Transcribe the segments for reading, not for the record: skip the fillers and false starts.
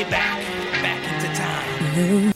me back into time.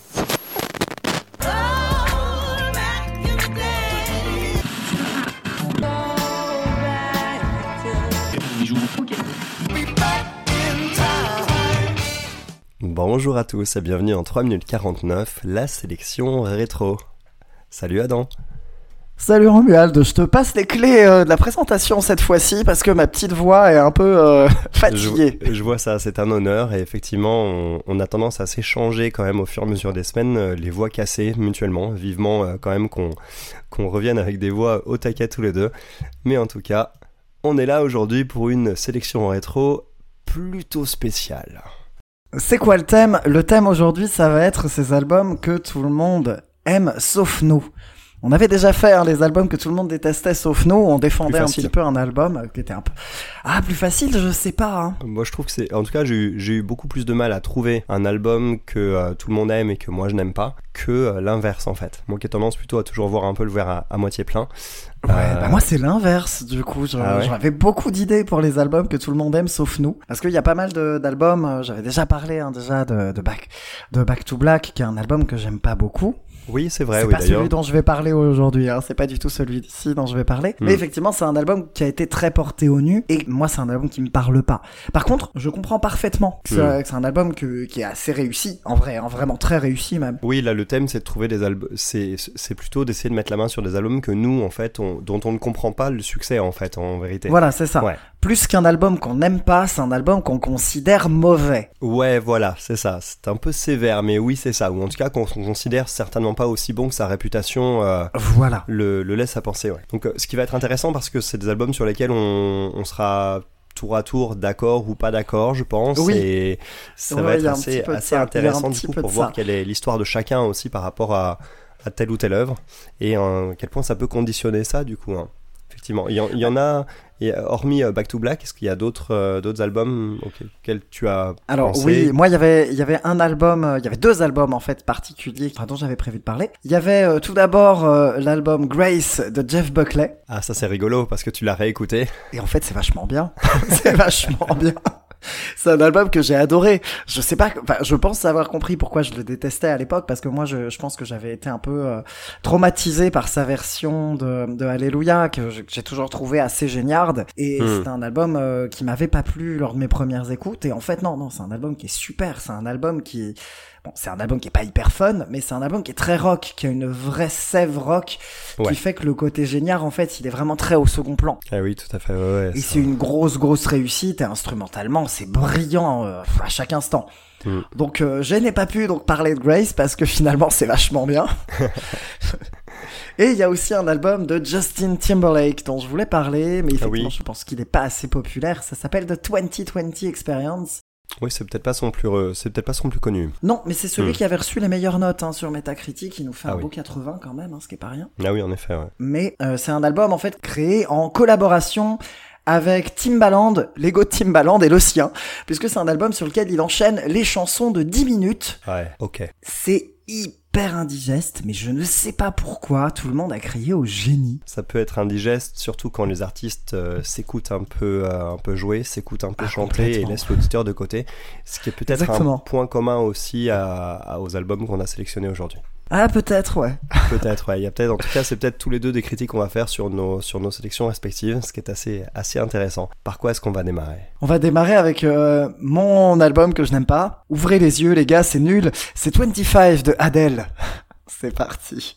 Bonjour à tous et bienvenue en 3 minutes 49, la sélection rétro. Salut Adam. Salut Romuald, je te passe les clés de la présentation cette fois-ci parce que ma petite voix est un peu fatiguée. Je vois ça, c'est un honneur et effectivement on a tendance à s'échanger quand même au fur et à mesure des semaines, les voix cassées mutuellement, vivement quand même qu'on revienne avec des voix au taquet tous les deux. Mais en tout cas, on est là aujourd'hui pour une sélection rétro plutôt spéciale. C'est quoi le thème ? Le thème aujourd'hui, ça va être ces albums que tout le monde aime sauf nous. On avait déjà fait les albums que tout le monde détestait sauf nous, on défendait un petit peu un album qui était un peu... Ah, plus facile, je sais pas. Hein. Moi je trouve que c'est... En tout cas j'ai eu beaucoup plus de mal à trouver un album que tout le monde aime et que moi je n'aime pas, que l'inverse en fait. Moi qui ai tendance plutôt à toujours voir un peu le verre à moitié plein. Ouais, bah moi c'est l'inverse du coup, j'avais beaucoup d'idées pour les albums que tout le monde aime sauf nous, parce qu'il y a pas mal d'albums, j'avais déjà parlé de Back to Black, qui est un album que j'aime pas beaucoup. Oui, c'est vrai, c'est oui, pas d'ailleurs. celui dont je vais parler aujourd'hui, c'est pas du tout celui-ci dont je vais parler. Mais effectivement, c'est un album qui a été très porté au nu, et moi, c'est un album qui me parle pas. Par contre, je comprends parfaitement que c'est un album qui est assez réussi, en vrai, vraiment très réussi même. Oui, là, le thème, c'est de trouver des albums, c'est plutôt d'essayer de mettre la main sur des albums que nous, en fait, dont on ne comprend pas le succès, en fait, en vérité. Voilà, c'est ça. Ouais. Plus qu'un album qu'on n'aime pas, c'est un album qu'on considère mauvais. Ouais, voilà, c'est ça. C'est un peu sévère, mais oui, c'est ça. Ou en tout cas, qu'on considère certainement pas aussi bon que sa réputation voilà. le laisse à penser. Ouais. Donc, ce qui va être intéressant, parce que c'est des albums sur lesquels on sera tour à tour d'accord ou pas d'accord, je pense. Oui. Et ça va être assez intéressant du coup pour voir quelle est l'histoire de chacun aussi par rapport à telle ou telle œuvre et à quel point ça peut conditionner ça du coup. Hein. Effectivement, il y en a... Et hormis Back to Black, est-ce qu'il y a d'autres albums auxquels tu as Alors pensé ? Oui, moi il y avait un album, il y avait deux albums en fait particuliers dont j'avais prévu de parler. Il y avait tout d'abord l'album Grace de Jeff Buckley. Ah, ça c'est rigolo parce que tu l'as réécouté. Et en fait c'est vachement bien. C'est vachement bien. C'est un album que j'ai adoré. Je sais pas, je pense avoir compris pourquoi je le détestais à l'époque, parce que moi je pense que j'avais été un peu traumatisé par sa version de Alléluia, que j'ai toujours trouvé assez géniarde. Et c'est un album qui m'avait pas plu lors de mes premières écoutes. Et en fait non, c'est un album qui est super. C'est un album qui... Bon, c'est un album qui est pas hyper fun, mais c'est un album qui est très rock, qui a une vraie sève rock, qui fait que le côté génial, en fait, il est vraiment très au second plan. Ah oui, tout à fait, ouais. Et c'est une grosse réussite, et instrumentalement, c'est brillant à chaque instant. Donc, je n'ai pas pu parler de Grace, parce que finalement, c'est vachement bien. Et il y a aussi un album de Justin Timberlake dont je voulais parler, mais effectivement, je pense qu'il est pas assez populaire. Ça s'appelle The 2020 Experience. Oui, c'est peut-être pas son plus connu. Non, mais c'est celui qui avait reçu les meilleures notes sur Metacritic. Il nous fait un beau 80 quand même, ce qui est pas rien. Ah oui, en effet, ouais. Mais c'est un album en fait créé en collaboration avec Timbaland, l'ego de Timbaland et le sien, puisque c'est un album sur lequel il enchaîne les chansons de 10 minutes. Ouais, ok. C'est hyper indigeste, mais je ne sais pas pourquoi tout le monde a crié au génie. Ça peut être indigeste, surtout quand les artistes s'écoutent un peu jouer, s'écoutent un peu chanter et laissent l'auditeur de côté, ce qui est peut-être un point commun aussi aux albums qu'on a sélectionnés aujourd'hui. Ah, peut-être, ouais. Peut-être, ouais. Il y a peut-être, en tout cas, c'est peut-être tous les deux des critiques qu'on va faire sur nos sélections respectives, ce qui est assez intéressant. Par quoi est-ce qu'on va démarrer ? On va démarrer avec mon album que je n'aime pas. Ouvrez les yeux, les gars, c'est nul. C'est 25 de Adele. C'est parti.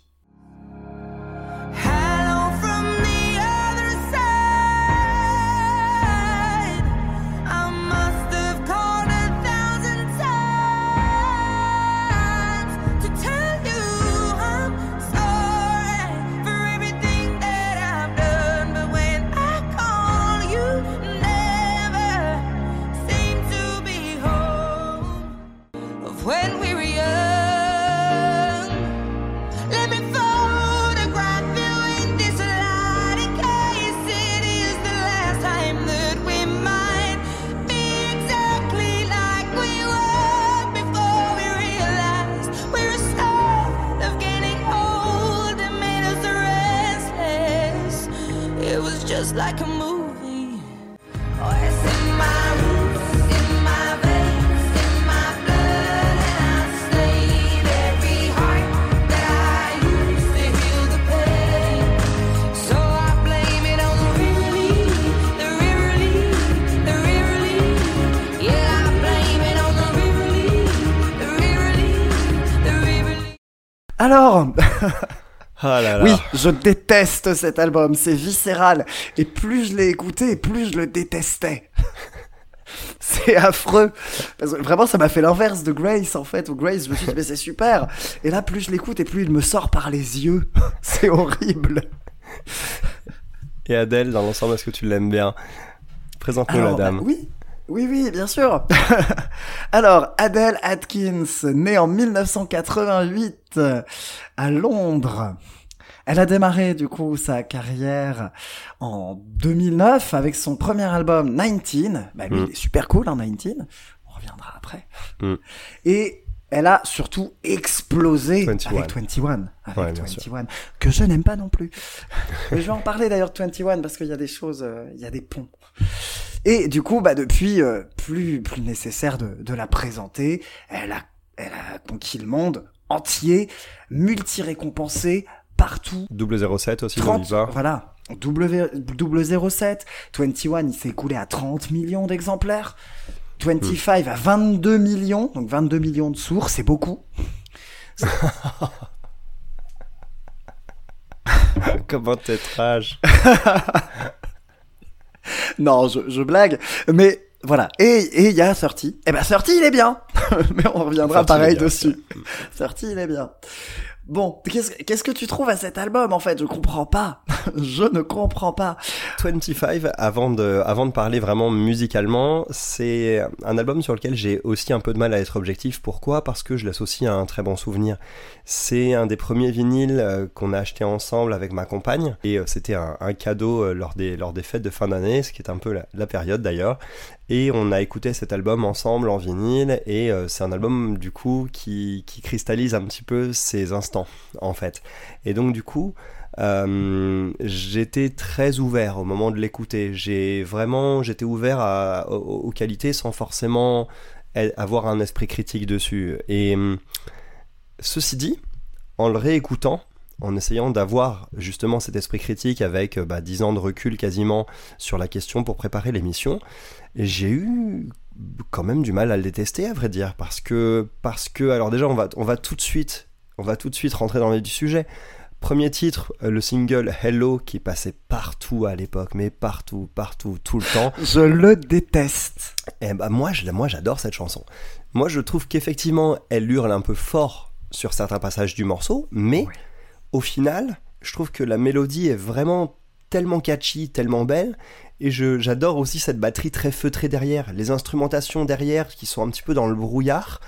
When we were young, let me photograph you in this light in case it is the last time that we might be exactly like we were before we realized we're a start of getting old and made us restless. It was just like a movie. Oh, it's in my roots, in my veins, in my blood. Alors, Ah là là. oui, je déteste cet album, c'est viscéral. Et plus je l'ai écouté, plus je le détestais. C'est affreux. Parce que vraiment, ça m'a fait l'inverse de Grace, en fait. Où Grace, je me suis dit, mais c'est super. Et là, plus je l'écoute et plus il me sort par les yeux. C'est horrible. Et Adèle, dans l'ensemble, est-ce que tu l'aimes bien? Présente-nous la Alors, dame. bah, oui, bien sûr. Alors, Adele Atkins, née en 1988 à Londres. Elle a démarré du coup sa carrière en 2009 avec son premier album 19. Bah lui, il est super cool, hein, 19. On reviendra après. Et elle a surtout explosé 21. avec 21. Ouais, bien sûr. Que je n'aime pas non plus. Mais je vais en parler d'ailleurs de 21 parce qu'il y a des choses, il y a des ponts. Et du coup, bah depuis, plus nécessaire de la présenter. Elle a conquis le monde entier, multi-récompensée, partout. 007 aussi, 30, n'oublie pas. voilà. 007. 21, il s'est écoulé à 30 millions d'exemplaires. 25 à 22 millions. Donc 22 millions de sourds, c'est beaucoup. Comment t'es trash. Non, je blague. Mais voilà. Et il y a 30. Eh ben 30, il est bien. Mais on reviendra 30, pareil il est bien, dessus. 30, il est bien. Bon, qu'est-ce que tu trouves à cet album en fait? Je comprends pas. Je ne comprends pas. 25, avant de parler vraiment musicalement, c'est un album sur lequel j'ai aussi un peu de mal à être objectif. Pourquoi? Parce que je l'associe à un très bon souvenir. C'est un des premiers vinyles qu'on a acheté ensemble avec ma compagne, et c'était un cadeau lors des fêtes de fin d'année, ce qui est un peu la période d'ailleurs. Et on a écouté cet album ensemble en vinyle, et c'est un album du coup qui cristallise un petit peu ces instants en fait. Et donc du coup, j'étais très ouvert au moment de l'écouter. J'étais ouvert aux qualités sans forcément avoir un esprit critique dessus. Et ceci dit, en le réécoutant, en essayant d'avoir justement cet esprit critique avec 10 ans de recul quasiment sur la question pour préparer l'émission, j'ai eu quand même du mal à le détester, à vrai dire, parce que alors déjà on va tout de suite rentrer dans le vif du sujet. Premier titre, le single Hello, qui passait partout à l'époque, mais partout, tout le temps. Je le déteste. Et moi j'adore cette chanson. Moi je trouve qu'effectivement elle hurle un peu fort sur certains passages du morceau, mais oui. Au final, je trouve que la mélodie est vraiment tellement catchy, tellement belle, et j'adore aussi cette batterie très feutrée derrière, les instrumentations derrière qui sont un petit peu dans le brouillard.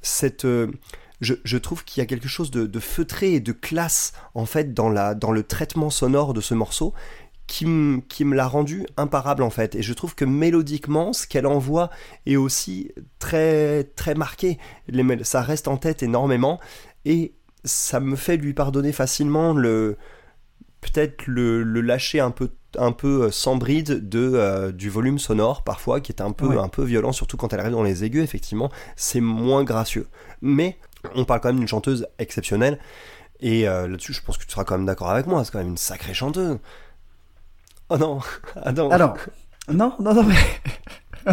Je trouve qu'il y a quelque chose de feutré et de classe en fait dans le traitement sonore de ce morceau qui me l'a rendu imparable en fait. Et je trouve que mélodiquement, ce qu'elle envoie est aussi très très marqué. Ça reste en tête énormément, et ça me fait lui pardonner facilement peut-être le lâcher un peu sans bride du volume sonore parfois, qui est un peu violent, surtout quand elle arrive dans les aigus. Effectivement, c'est moins gracieux, mais on parle quand même d'une chanteuse exceptionnelle, et là-dessus je pense que tu seras quand même d'accord avec moi, c'est quand même une sacrée chanteuse. Oh non, attends. Alors, non mais...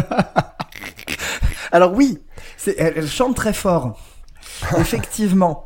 Alors oui, elle chante très fort. Effectivement.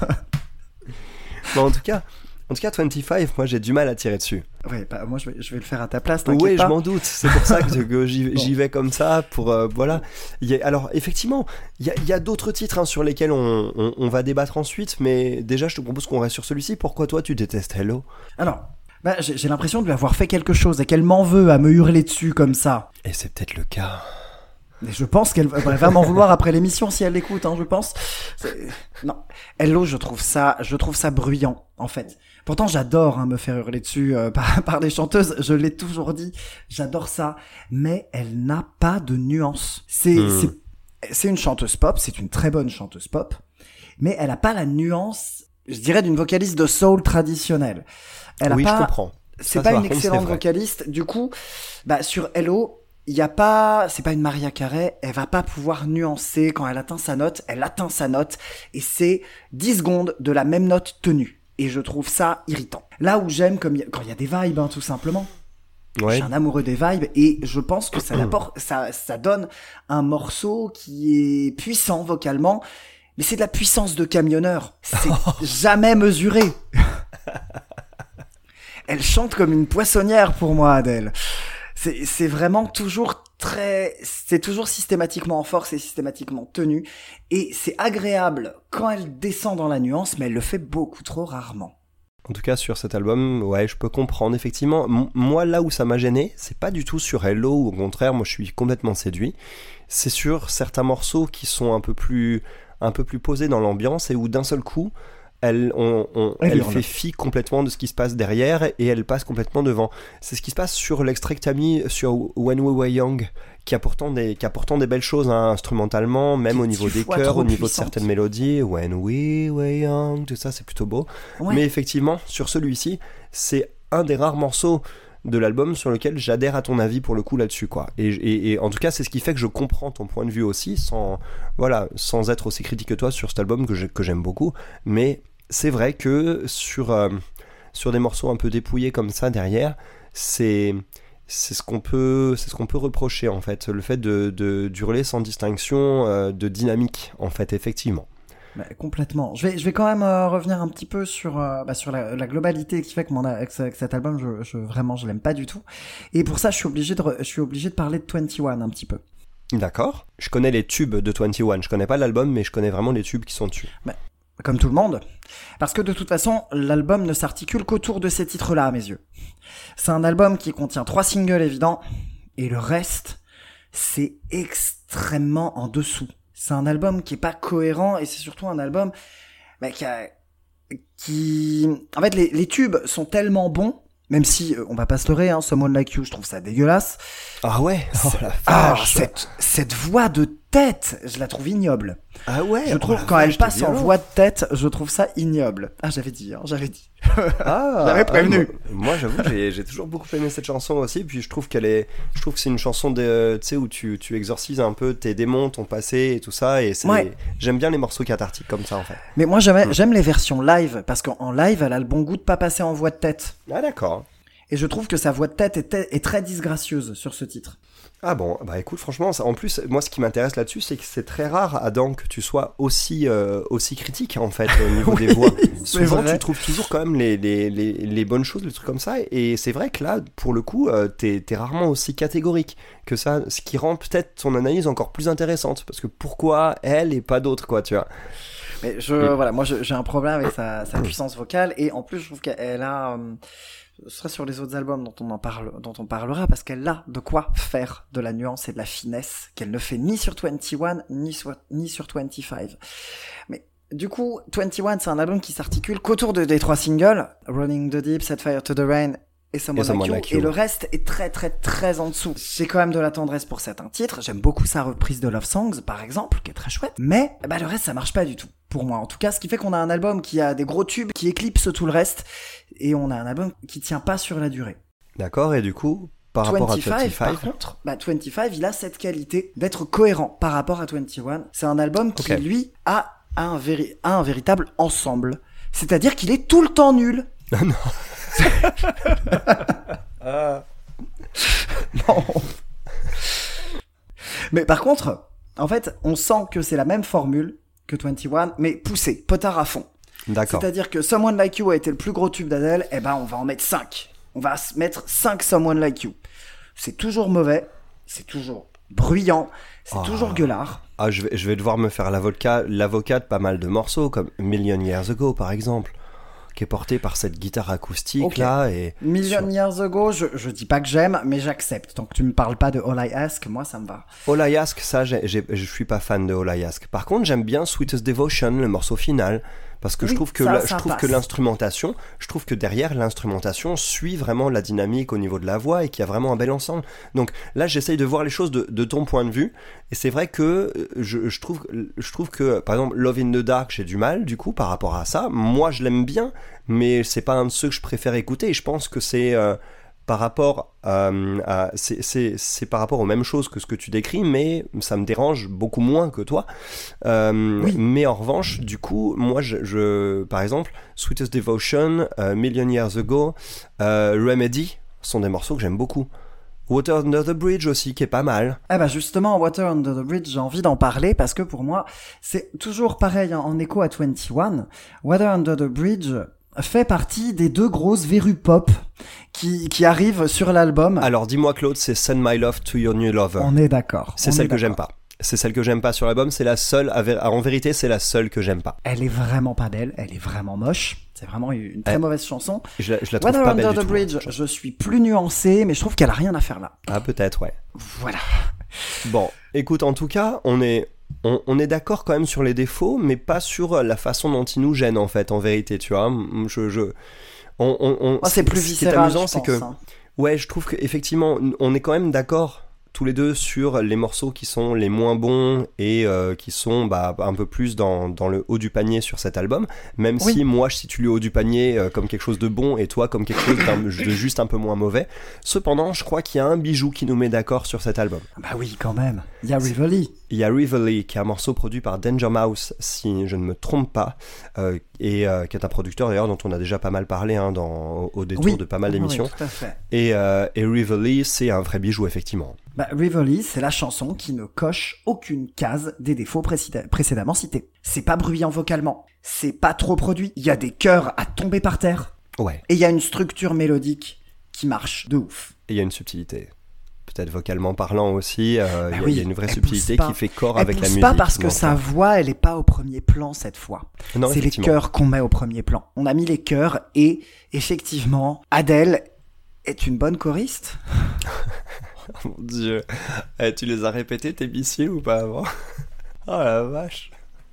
Bon, en tout cas 25, moi j'ai du mal à tirer dessus. Ouais, moi je vais le faire à ta place, t'inquiète oui, pas. je m'en doute, c'est pour ça que j'y vais comme ça, pour voilà. Alors effectivement, il y a d'autres titres sur lesquels on va débattre ensuite, mais déjà je te propose qu'on reste sur celui-ci. Pourquoi toi tu détestes Hello? Alors, j'ai l'impression de lui avoir fait quelque chose et qu'elle m'en veut à me hurler dessus comme ça. Et c'est peut-être le cas. Et je pense qu'elle va m'en vouloir après l'émission si elle l'écoute, je pense. Non, Hello, je trouve ça bruyant, en fait. Pourtant, j'adore me faire hurler dessus par des chanteuses. Je l'ai toujours dit, j'adore ça. Mais elle n'a pas de nuance. C'est une chanteuse pop, c'est une très bonne chanteuse pop, mais elle a pas la nuance, je dirais, d'une vocaliste de soul traditionnelle. Je comprends. C'est pas une excellente vocaliste. Du coup, sur Hello, c'est pas une Maria Carey, elle va pas pouvoir nuancer quand elle atteint sa note, et c'est 10 secondes de la même note tenue. Et je trouve ça irritant. Là où j'aime, quand il y a des vibes, tout simplement. Ouais. Je suis un amoureux des vibes, et je pense que ça donne un morceau qui est puissant vocalement, Mais c'est de la puissance de camionneur. C'est jamais mesuré. Elle chante comme une poissonnière pour moi, Adele. C'est vraiment toujours c'est toujours systématiquement fort, c'est systématiquement tenu. Et c'est agréable quand elle descend dans la nuance, mais elle le fait beaucoup trop rarement. En tout cas, sur cet album, ouais, je peux comprendre. Effectivement, moi, là où ça m'a gêné, c'est pas du tout sur Hello, ou au contraire, moi, je suis complètement séduit. C'est sur certains morceaux qui sont un peu plus posés dans l'ambiance et où d'un seul coup, elle fait fi complètement de ce qui se passe derrière et elle passe complètement devant. C'est ce qui se passe sur l'extrait que t'as mis sur When We Were Young, qui a pourtant des belles choses, hein, instrumentalement, même au niveau des chœurs, au niveau de certaines mélodies. When We Were Young, tout ça, c'est plutôt beau. Ouais. Mais effectivement, sur celui-ci, c'est un des rares morceaux de l'album sur lequel j'adhère à ton avis pour le coup là-dessus, quoi. Et en tout cas, c'est ce qui fait que je comprends ton point de vue aussi, sans être aussi critique que toi sur cet album que j'aime beaucoup. Mais c'est vrai que sur des morceaux un peu dépouillés comme ça derrière, c'est ce qu'on peut reprocher en fait, le fait d'hurler sans distinction de dynamique en fait, effectivement. Bah, complètement. Je vais quand même revenir un petit peu sur la globalité qui fait que cet album je l'aime pas du tout. Et pour ça, je suis obligé de parler de 21 un petit peu. D'accord. Je connais les tubes de 21. Je connais pas l'album, mais je connais vraiment les tubes qui sont dessus. Bah, comme tout le monde. Parce que de toute façon, l'album ne s'articule qu'autour de ces titres-là, à mes yeux. C'est un album qui contient 3 singles évidents, et le reste, c'est extrêmement en dessous. C'est un album qui est pas cohérent, et c'est surtout un album qui... En fait, les tubes sont tellement bons, même si, on va pas se leurrer, hein, Someone Like You, je trouve ça dégueulasse. Ah ouais. Oh la vache. Cette voix de tête, je la trouve ignoble. Ah ouais. Je trouve quand elle passe en voix de tête, je trouve ça ignoble. Ah, j'avais dit. J'avais prévenu. Moi, j'avoue que j'ai toujours beaucoup aimé cette chanson aussi, puis je trouve que c'est une chanson tu sais, où tu exorcises un peu tes démons, ton passé et tout ça, et j'aime bien les morceaux cathartiques comme ça, en fait. Mais moi, j'aime les versions live, parce qu'en live, elle a le bon goût de pas passer en voix de tête. Ah, d'accord. Et je trouve que sa voix de tête est très disgracieuse sur ce titre. Ah bon, bah écoute, franchement, en plus, moi ce qui m'intéresse là-dessus, c'est que c'est très rare, Adam, que tu sois aussi critique, en fait, au niveau des voix. Souvent, vrai. Tu trouves toujours quand même les bonnes choses, les trucs comme ça, et c'est vrai que là, pour le coup, t'es rarement aussi catégorique que ça, ce qui rend peut-être ton analyse encore plus intéressante, parce que pourquoi elle et pas d'autres, quoi, tu vois. Mais moi j'ai un problème avec sa puissance vocale, et en plus, je trouve qu'elle a... ce sera sur les autres albums dont on parlera, parce qu'elle a de quoi faire de la nuance et de la finesse qu'elle ne fait ni sur 21 ni sur 25. Mais du coup, 21, c'est un album qui s'articule qu'autour des 3 singles, Running the Deep, Set Fire to the Rain et Someone Like You, et le reste est très très très en dessous. J'ai quand même de la tendresse pour certains titres, j'aime beaucoup sa reprise de Love Songs par exemple, qui est très chouette, mais le reste ça marche pas du tout. Pour moi, en tout cas, ce qui fait qu'on a un album qui a des gros tubes qui éclipsent tout le reste, et on a un album qui tient pas sur la durée. D'accord, et du coup, par rapport à 25, par contre, 25, il a cette qualité d'être cohérent par rapport à 21. C'est un album qui, lui, a un véritable ensemble. C'est-à-dire qu'il est tout le temps nul. Non. Non. Mais par contre, en fait, on sent que c'est la même formule que 21, mais poussé, potard à fond. D'accord. C'est-à-dire que Someone Like You a été le plus gros tube d'Adele, et on va en mettre 5. On va mettre 5 Someone Like You. C'est toujours mauvais, c'est toujours bruyant, c'est toujours gueulard. Ah, je vais devoir me faire l'avocat de pas mal de morceaux, comme Million Years Ago, par exemple, qui est porté par cette guitare acoustique là. Et Million Years Ago, je dis pas que j'aime, mais j'accepte. Tant que tu me parles pas de All I Ask, moi ça me va. All I Ask, ça, je suis pas fan de All I Ask. Par contre, j'aime bien Sweetest Devotion, le morceau final, parce que je trouve que l'instrumentation, je trouve que derrière l'instrumentation suit vraiment la dynamique au niveau de la voix et qu'il y a vraiment un bel ensemble. Donc là, j'essaye de voir les choses de ton point de vue, et c'est vrai que je trouve que par exemple Love in the Dark, j'ai du mal du coup par rapport à ça. Moi, je l'aime bien, mais c'est pas un de ceux que je préfère écouter, et je pense que c'est par rapport c'est par rapport aux mêmes choses que ce que tu décris, mais ça me dérange beaucoup moins que toi. Oui. Mais en revanche, du coup, moi, par exemple, Sweetest Devotion, Million Years Ago, Remedy sont des morceaux que j'aime beaucoup. Water Under the Bridge aussi, qui est pas mal. Eh ben justement, Water Under the Bridge, j'ai envie d'en parler parce que pour moi, c'est toujours pareil en écho à 21. Water Under the Bridge fait partie des 2 grosses verrues pop qui arrivent sur l'album. Alors dis-moi Claude, c'est Send My Love to Your New Lover. On est d'accord. C'est celle que j'aime pas. C'est celle que j'aime pas sur l'album, c'est la seule, en vérité c'est la seule que j'aime pas. Elle est vraiment pas belle, elle est vraiment moche. C'est vraiment une très mauvaise chanson. Je la trouve Water pas belle Under du the tout. Bridge, je suis plus nuancé, mais je trouve qu'elle a rien à faire là. Ah peut-être, ouais. Voilà. Bon, écoute, en tout cas, on est d'accord quand même sur les défauts, mais pas sur la façon dont ils nous gênent en fait, en vérité, tu vois. Moi, c'est plus Ce qui est viscéral, amusant, je c'est pense, que hein. ouais, je trouve qu'effectivement, on est quand même d'accord tous les deux sur les morceaux qui sont les moins bons et qui sont un peu plus dans le haut du panier sur cet album, même Oui. si moi je situe le haut du panier comme quelque chose de bon et toi comme quelque chose de juste un peu moins mauvais. Cependant, je crois qu'il y a un bijou qui nous met d'accord sur cet album. Bah oui, quand même. Il y a Rivoli. Il y a Rivoli, qui est un morceau produit par Danger Mouse, si je ne me trompe pas, et qui est un producteur d'ailleurs dont on a déjà pas mal parlé au détour de pas mal d'émissions. Oui, tout à fait. Et Rivoli, c'est un vrai bijou, effectivement. Bah, Rivoli, c'est la chanson qui ne coche aucune case des défauts précédemment cités. C'est pas bruyant vocalement, c'est pas trop produit, il y a des chœurs à tomber par terre, Ouais, et il y a une structure mélodique qui marche de ouf. et il y a une subtilité. Peut-être vocalement parlant aussi, il y a une vraie elle subtilité pousse pas. qui fait corps Elle avec la pousse musique. pas parce que Donc, sa voix, elle est pas au premier plan cette fois. non, C'est les effectivement. chœurs qu'on met au premier plan. On a mis les chœurs et effectivement, Adele est une bonne choriste. Mon Dieu. Tu les as répétés tes missiles ou pas avant? Oh la vache.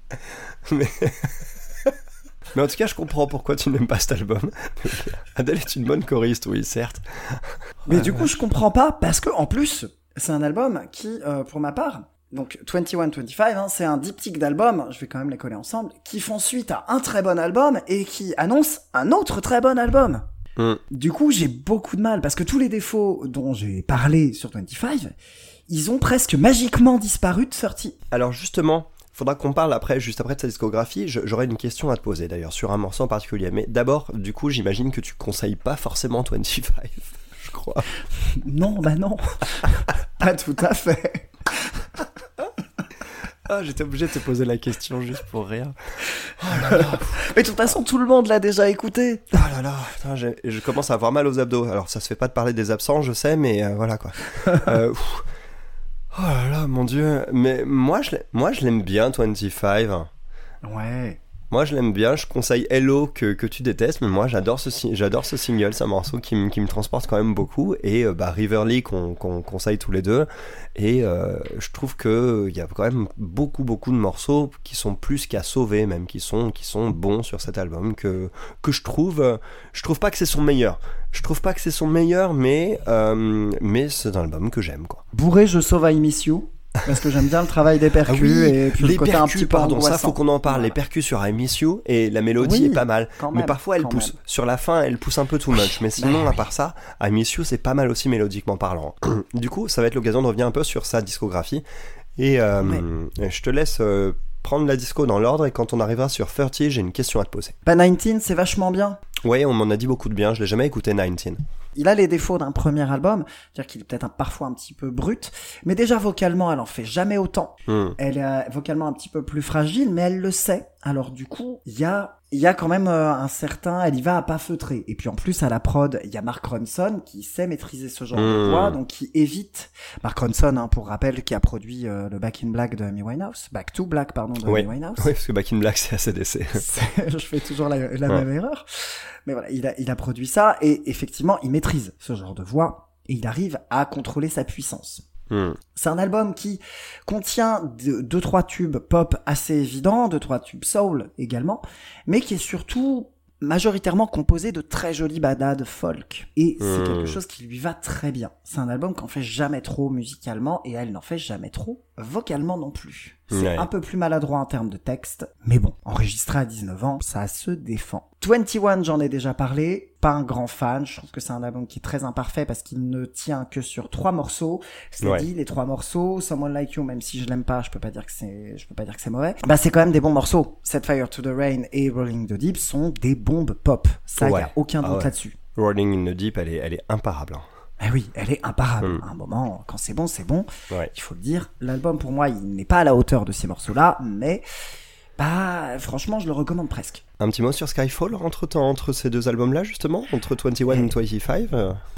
Mais en tout cas, je comprends pourquoi tu n'aimes pas cet album. Adele est une bonne choriste, oui, certes. Mais du coup, je comprends pas parce que en plus, c'est un album qui, pour ma part, donc 21-25, hein, c'est un diptyque d'albums, je vais quand même les coller ensemble, qui font suite à un très bon album et qui annonce un autre très bon album. Du coup, j'ai beaucoup de mal parce que tous les défauts dont j'ai parlé sur 25, ils ont presque magiquement disparu de 30. Alors justement, faudra qu'on parle juste après de sa discographie. J'aurais une question à te poser d'ailleurs sur un morceau en particulier. Mais d'abord, du coup, j'imagine que tu conseilles pas forcément 25, je crois. Non, bah non. Pas tout à fait. Ah, j'étais obligé de te poser la question juste pour rire. Mais de toute façon, tout le monde l'a déjà écouté. Oh là là, putain, je commence à avoir mal aux abdos. Alors ça se fait pas de parler des absents, je sais, mais voilà quoi. Oh là là, mon Dieu. Mais moi je l'aime bien, 25. Ouais. Moi je l'aime bien, je conseille Hello que tu détestes, mais moi j'adore ce single, c'est un morceau qui me transporte quand même beaucoup, et Rivoli qu'on conseille tous les deux, et je trouve que il y a quand même beaucoup de morceaux qui sont plus qu'à sauver, même qui sont bons sur cet album, que je trouve pas que c'est son meilleur. Je trouve pas que c'est son meilleur, mais c'est un album que j'aime, quoi. Bourré, je sauve I Miss You. Parce que j'aime bien le travail des percus et puis les le côté percus, un petit peu pardon, ça angoissant. faut qu'on en parle. Voilà. Les percus sur I Miss You et la mélodie Oui, est pas mal, quand mais même, parfois elle quand pousse. même. Sur la fin, elle pousse un peu too much, mais sinon, Bah à oui. part ça, I Miss You c'est pas mal aussi mélodiquement parlant. Du coup, ça va être l'occasion de revenir un peu sur sa discographie et je te laisse prendre la disco dans l'ordre, et quand on arrivera sur 30, j'ai une question à te poser. Bah 19, c'est vachement bien. Ouais, on m'en a dit beaucoup de bien, je l'ai jamais écouté 19. Il a les défauts d'un premier album, c'est-à-dire qu'il est peut-être parfois un petit peu brut, mais déjà vocalement, elle en fait jamais autant. Elle est vocalement un petit peu plus fragile, mais elle le sait. Alors du coup, il y a quand même un certain, elle y va à pas feutrer. Et puis en plus, à la prod, il y a Mark Ronson qui sait maîtriser ce genre de voix, donc qui évite. Mark Ronson, hein, pour rappel, qui a produit le Back in Black de Amy Winehouse, Back to Black, pardon, de Oui, Amy Winehouse. ouais, parce que Back in Black c'est ACDC. Je fais toujours la même erreur. Mais voilà, il a produit ça, et effectivement, il maîtrise ce genre de voix, et il arrive à contrôler sa puissance. C'est un album qui contient 2-3 tubes pop assez évidents, 2-3 tubes soul également, mais qui est surtout majoritairement composé de très jolies ballades folk. Et c'est quelque chose qui lui va très bien. C'est un album qu'en fait jamais trop musicalement, et elle n'en fait jamais trop vocalement non plus. C'est un peu plus maladroit en termes de texte, mais bon, enregistré à 19 ans, ça se défend. 21, j'en ai déjà parlé, pas un grand fan, je trouve que c'est un album qui est très imparfait parce qu'il ne tient que sur 3 morceaux. C'est dit, les 3 morceaux, Someone Like You, même si je l'aime pas, je peux pas dire que c'est mauvais. Bah, c'est quand même des bons morceaux. Set Fire to the Rain et Rolling in the Deep sont des bombes pop. Ça, y a aucun doute là-dessus. Rolling in the Deep, elle est imparable. Ah oui, elle est imparable. Mm. À un moment, quand c'est bon, c'est bon. Ouais. Il faut le dire. L'album, pour moi, il n'est pas à la hauteur de ces morceaux-là, mais bah, franchement, je le recommande presque. Un petit mot sur Skyfall entre ces deux albums-là, justement, entre 21 et 25.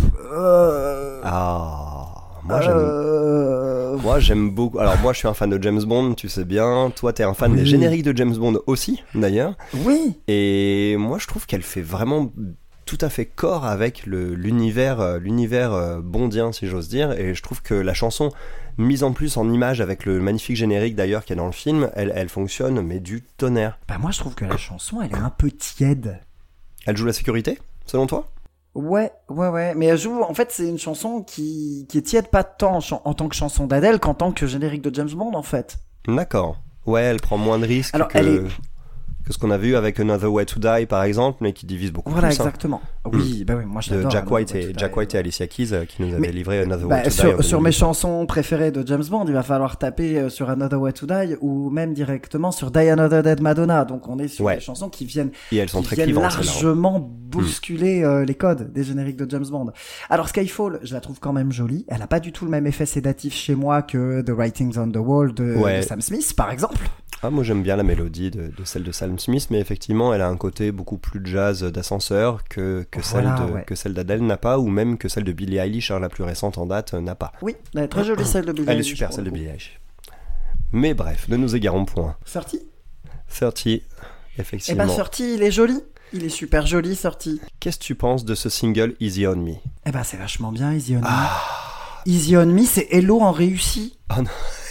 Moi, j'aime beaucoup. Alors, moi, je suis un fan de James Bond, tu sais bien. Toi, t'es un fan des génériques de James Bond aussi, d'ailleurs. Oui. Et moi, je trouve qu'elle fait vraiment tout à fait corps avec l'univers bondien, si j'ose dire. Et je trouve que la chanson, mise en plus en image avec le magnifique générique d'ailleurs qu'il y a dans le film, elle fonctionne, mais du tonnerre. Bah, moi, je trouve que la chanson, elle est un peu tiède. Elle joue la sécurité, selon toi ? Ouais. Mais elle joue, en fait, c'est une chanson qui est tiède pas tant en tant que chanson d'Adèle qu'en tant que générique de James Bond, en fait. D'accord. Ouais, elle prend moins de risques Alors, que ce qu'on a vu avec Another Way to Die, par exemple, mais qui divise beaucoup Voilà, plus. exactement. Oui, bah oui, moi De j'adore. Jack White et Alicia Keys qui nous avaient Mais- livré Another Way to Die. Sur mes chansons préférées de James Bond, il va falloir taper sur Another Way to Die ou même directement sur Die Another Dead Madonna. Donc on est sur Ouais. des chansons qui viennent, Et elles sont qui très viennent clivantes, celles-là. largement bousculer les codes des génériques de James Bond. Alors Skyfall, je la trouve quand même jolie. Elle a pas du tout le même effet sédatif chez moi que The Writings on the Wall de Sam Smith, par exemple. Ah, moi j'aime bien la mélodie de celle de Sam Smith, mais effectivement elle a un côté beaucoup plus jazz d'ascenseur que celle d'Adèle n'a pas, ou même que celle de Billie Eilish, la plus récente en date, n'a pas. Oui, elle est très jolie celle de Billie Elle est Eilish, super pour celle le de coup. Billie Eilish. Mais bref, ne nous égarons point. 30. 30, Eh effectivement. ben 30, il est joli. Il est super joli, 30. Qu'est-ce que tu penses de ce single Easy on Me ? Eh ben c'est vachement bien, Easy on Me. Easy on Me, c'est Hello en réussi. Ah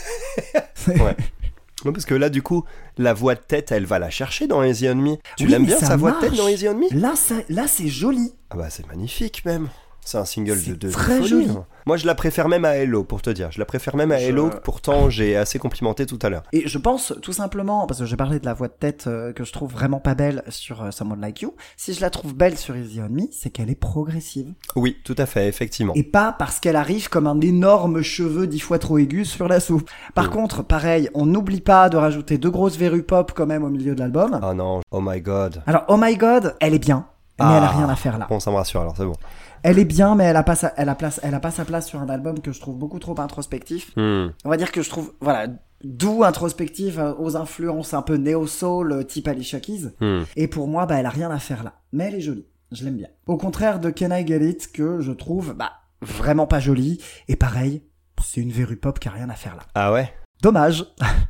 non. Ouais. Non, parce que là, du coup, la voix de tête, elle va la chercher dans Easy on Me. Tu Oui, l'aimes mais bien, ça sa voix de marche. tête dans Easy on Me ? Là c'est joli. Ah bah, c'est magnifique, même. C'est un single C'est de très folie. joli. Moi, je la préfère même à Hello, pour te dire. Je la préfère même à Hello, que pourtant, j'ai assez complimenté tout à l'heure. Et je pense tout simplement, parce que j'ai parlé de la voix de tête que je trouve vraiment pas belle sur Someone Like You, si je la trouve belle sur Easy on Me, c'est qu'elle est progressive. Oui, tout à fait, effectivement. Et pas parce qu'elle arrive comme un énorme cheveu 10 fois trop aigu sur la soupe. Par contre, pareil, on n'oublie pas de rajouter 2 grosses verrues pop quand même au milieu de l'album. Ah non, oh my god. Alors, Oh My God, elle est bien, mais elle a rien à faire là. Bon, ça me rassure, alors c'est bon. Elle est bien, mais elle a pas sa place sur un album que je trouve beaucoup trop introspectif. On va dire que je trouve, voilà, doux, introspectif, aux influences un peu néo-soul, type Alicia Keys. Et pour moi, bah, elle a rien à faire là. Mais elle est jolie. Je l'aime bien. Au contraire de Can I Get It, que je trouve, bah, vraiment pas jolie. Et pareil, c'est une verrue pop qui a rien à faire là. Ah ouais? Dommage.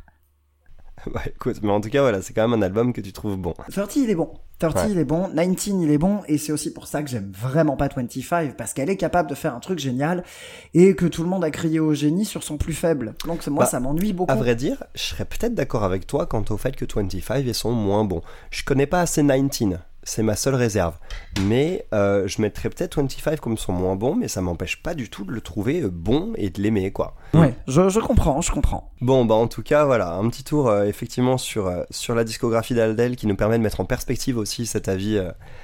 Bah écoute, mais en tout cas, voilà, c'est quand même un album que tu trouves bon. 30, il est bon. 30, Ouais. il est bon. 19, il est bon. Et c'est aussi pour ça que j'aime vraiment pas 25, parce qu'elle est capable de faire un truc génial et que tout le monde a crié au génie sur son plus faible. Donc moi, ça m'ennuie beaucoup. À vrai dire, je serais peut-être d'accord avec toi quant au fait que 25 est son moins bon. Je connais pas assez 19. C'est ma seule réserve. Mais je mettrais peut-être 25 comme son moins bon, mais ça m'empêche pas du tout de le trouver bon et de l'aimer, quoi. Ouais, je comprends. Bon, bah en tout cas, voilà, un petit tour effectivement sur la discographie d'Adèle qui nous permet de mettre en perspective aussi cet avis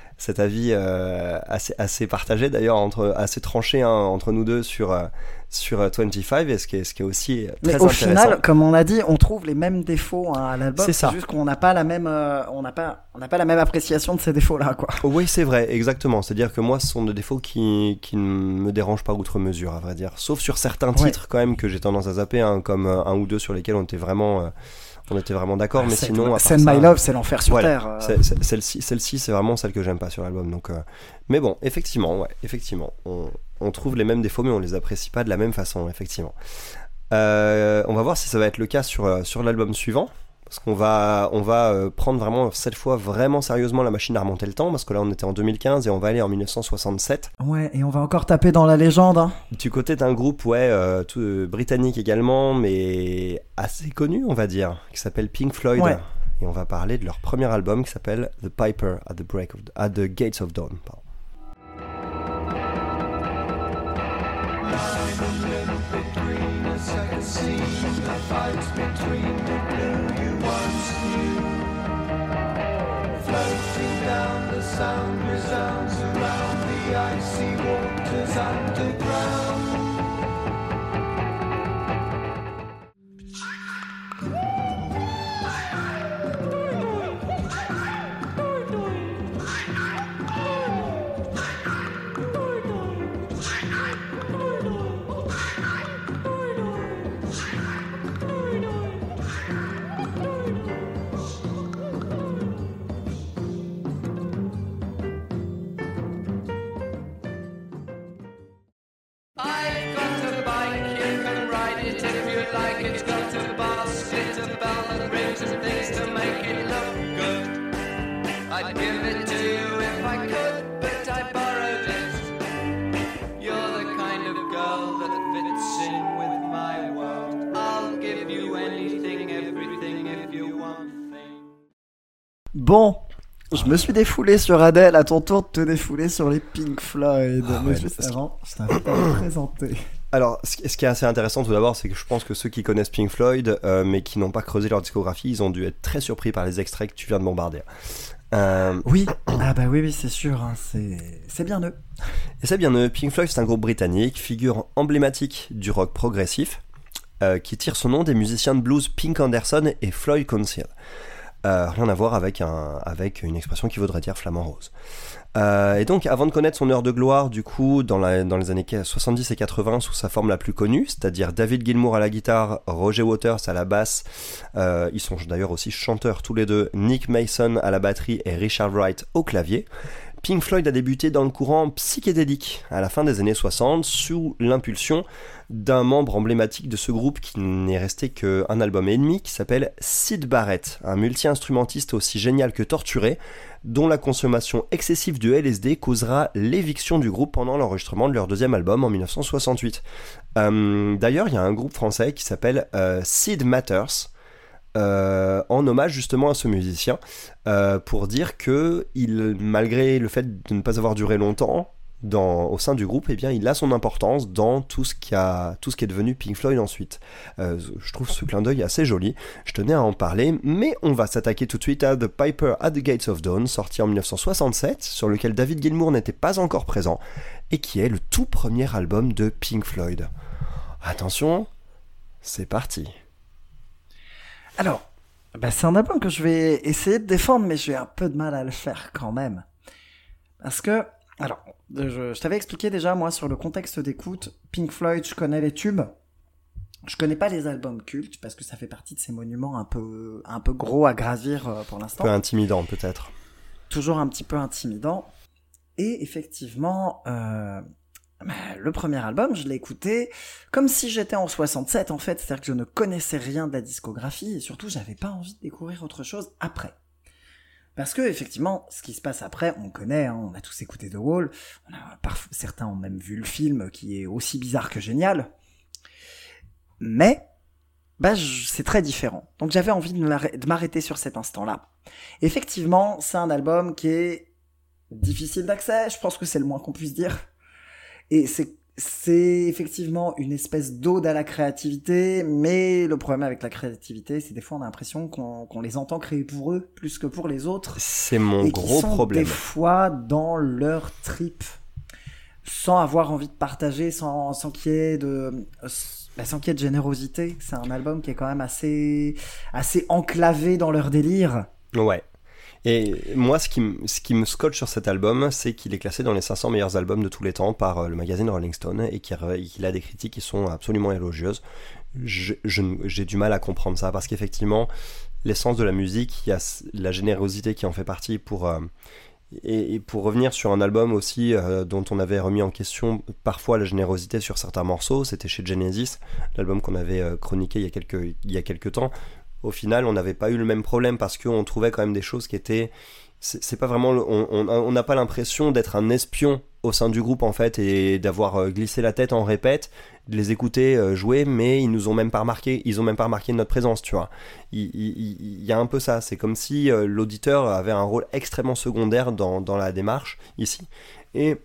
assez partagé d'ailleurs, assez tranché entre nous deux sur 25, et ce qui est aussi très Mais au intéressant. final, comme on a dit, on trouve les mêmes défauts à l'album. C'est ça. juste qu'on n'a pas la même, on n'a pas la même appréciation de ces défauts-là, quoi. Oui, c'est vrai, exactement. C'est-à-dire que moi, ce sont des défauts qui ne me dérangent pas outre mesure, à vrai dire. Sauf sur certains titres, quand même, que j'ai tendance à zapper, hein, comme un ou deux sur lesquels on était vraiment d'accord, mais sinon, à part Send ça, My Love, c'est l'enfer sur voilà. terre. Celle-ci, c'est vraiment celle que j'aime pas sur l'album. Donc, mais bon, effectivement, on trouve les mêmes défauts, mais on les apprécie pas de la même façon, effectivement. On va voir si ça va être le cas sur l'album suivant. Parce qu'on va prendre vraiment, cette fois, vraiment sérieusement la machine à remonter le temps, parce que là on était en 2015 et on va aller en 1967. Ouais, et on va encore taper dans la légende, hein. Du côté d'un groupe, britannique également, mais assez connu, on va dire, qui s'appelle Pink Floyd. Ouais. Et on va parler de leur premier album qui s'appelle The Piper at the Gates of Dawn. Pardon. Floating down, the sound resounds around the icy waters underground. certain things to make it look good. I'd give it to you if I could, but I borrowed it. You're the kind of girl that fits in with my world. I'll give you anything, everything, if you want things. Bon, je me suis défoulé sur Adele, à ton tour de te défouler sur les Pink Floyd. Mais ouais, juste avant, je t'invite à me présenter. Alors, ce qui est assez intéressant tout d'abord, c'est que je pense que ceux qui connaissent Pink Floyd, mais qui n'ont pas creusé leur discographie, ils ont dû être très surpris par les extraits que tu viens de bombarder. Oui, ah bah oui, c'est sûr, hein, c'est bien eux. Et c'est bien eux. Pink Floyd, c'est un groupe britannique, figure emblématique du rock progressif, qui tire son nom des musiciens de blues Pink Anderson et Floyd Council. Rien à voir avec une expression qui voudrait dire flamant rose. Et donc, avant de connaître son heure de gloire, du coup, dans les années 70 et 80, sous sa forme la plus connue, c'est-à-dire David Gilmour à la guitare, Roger Waters à la basse, ils sont d'ailleurs aussi chanteurs tous les deux, Nick Mason à la batterie et Richard Wright au clavier. Pink Floyd a débuté dans le courant psychédélique à la fin des années 60 sous l'impulsion d'un membre emblématique de ce groupe qui n'est resté qu'un album et demi, qui s'appelle Syd Barrett, un multi-instrumentiste aussi génial que torturé, dont la consommation excessive de LSD causera l'éviction du groupe pendant l'enregistrement de leur deuxième album en 1968. D'ailleurs, il y a un groupe français qui s'appelle Syd Matters, en hommage justement à ce musicien, pour dire que malgré le fait de ne pas avoir duré longtemps au sein du groupe, eh bien, il a son importance dans tout ce qui est devenu Pink Floyd ensuite. Je trouve ce clin d'œil assez joli, je tenais à en parler, mais on va s'attaquer tout de suite à The Piper at the Gates of Dawn, sorti en 1967, sur lequel David Gilmour n'était pas encore présent, et qui est le tout premier album de Pink Floyd. Attention, c'est parti. Alors, bah c'est un album que je vais essayer de défendre, mais j'ai un peu de mal à le faire quand même. Parce que, alors, je t'avais expliqué déjà, moi, sur le contexte d'écoute, Pink Floyd, je connais les tubes. Je connais pas les albums cultes, parce que ça fait partie de ces monuments un peu gros à gravir pour l'instant. Un peu intimidant, peut-être. Toujours un petit peu intimidant. Et effectivement, le premier album, je l'ai écouté comme si j'étais en 67 en fait, c'est-à-dire que je ne connaissais rien de la discographie et surtout j'avais pas envie de découvrir autre chose après. Parce que effectivement, ce qui se passe après, on connaît, hein, on a tous écouté The Wall, certains ont même vu le film qui est aussi bizarre que génial, mais c'est très différent. Donc j'avais envie de m'arrêter sur cet instant-là. Effectivement, c'est un album qui est difficile d'accès, je pense que c'est le moins qu'on puisse dire. Et c'est effectivement une espèce d'ode à la créativité, mais le problème avec la créativité, c'est des fois on a l'impression qu'on les entend créer pour eux plus que pour les autres. C'est mon et gros problème. Des fois dans leur trip, sans avoir envie de partager, sans qu'il y ait de générosité. C'est un album qui est quand même assez enclavé dans leur délire. Ouais. Et moi, ce qui me scotche sur cet album, c'est qu'il est classé dans les 500 meilleurs albums de tous les temps par le magazine Rolling Stone et qu'il a des critiques qui sont absolument élogieuses. J'ai du mal à comprendre ça parce qu'effectivement, l'essence de la musique, il y a la générosité qui en fait partie et pour revenir sur un album aussi dont on avait remis en question parfois la générosité sur certains morceaux, c'était chez Genesis, l'album qu'on avait chroniqué il y a quelques temps. Au final, on n'avait pas eu le même problème parce qu'on trouvait quand même des choses qui étaient... C'est pas vraiment... On n'a pas l'impression d'être un espion au sein du groupe en fait et d'avoir glissé la tête en répète, de les écouter jouer, mais ils nous ont même pas remarqué. Ils ont même pas remarqué notre présence, tu vois. Il y a un peu ça. C'est comme si l'auditeur avait un rôle extrêmement secondaire dans la démarche ici. Et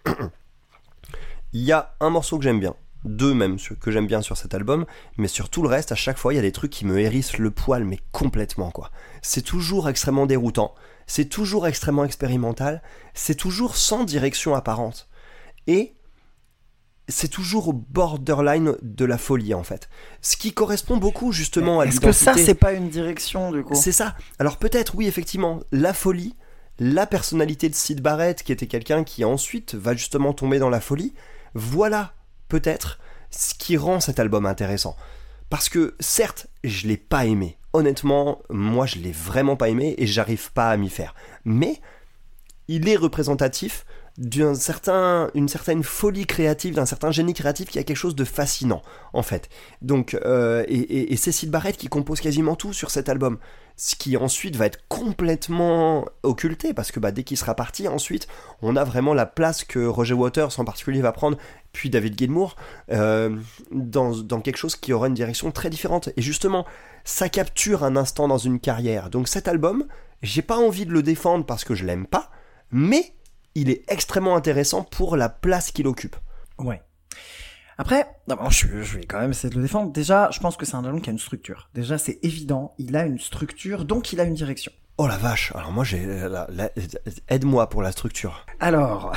il y a un morceau que j'aime bien. Deux même que j'aime bien sur cet album, mais sur tout le reste, à chaque fois il y a des trucs qui me hérissent le poil, mais complètement quoi. C'est toujours extrêmement déroutant, c'est toujours extrêmement expérimental, c'est toujours sans direction apparente, et c'est toujours au borderline de la folie en fait. Ce qui correspond beaucoup justement à l'identité. Est-ce que ça c'est pas une direction du coup ? C'est ça. Alors peut-être oui effectivement, la folie, la personnalité de Syd Barrett qui était quelqu'un qui ensuite va justement tomber dans la folie, voilà peut-être ce qui rend cet album intéressant. Parce que certes, je l'ai pas aimé. Honnêtement, moi je l'ai vraiment pas aimé et j'arrive pas à m'y faire. Mais il est représentatif d'une certaine folie créative, d'un certain génie créatif qui a quelque chose de fascinant, en fait. Donc, et c'est Syd Barrett qui compose quasiment tout sur cet album. Ce qui ensuite va être complètement occulté, parce que dès qu'il sera parti, ensuite, on a vraiment la place que Roger Waters en particulier va prendre, puis David Gilmour, dans quelque chose qui aura une direction très différente. Et justement, ça capture un instant dans une carrière. Donc cet album, j'ai pas envie de le défendre parce que je l'aime pas, mais il est extrêmement intéressant pour la place qu'il occupe. Ouais. Après, d'abord, je vais quand même essayer de le défendre. Déjà, je pense que c'est un album qui a une structure. Déjà, c'est évident, il a une structure, donc il a une direction. Oh la vache, alors moi aide-moi pour la structure. Alors,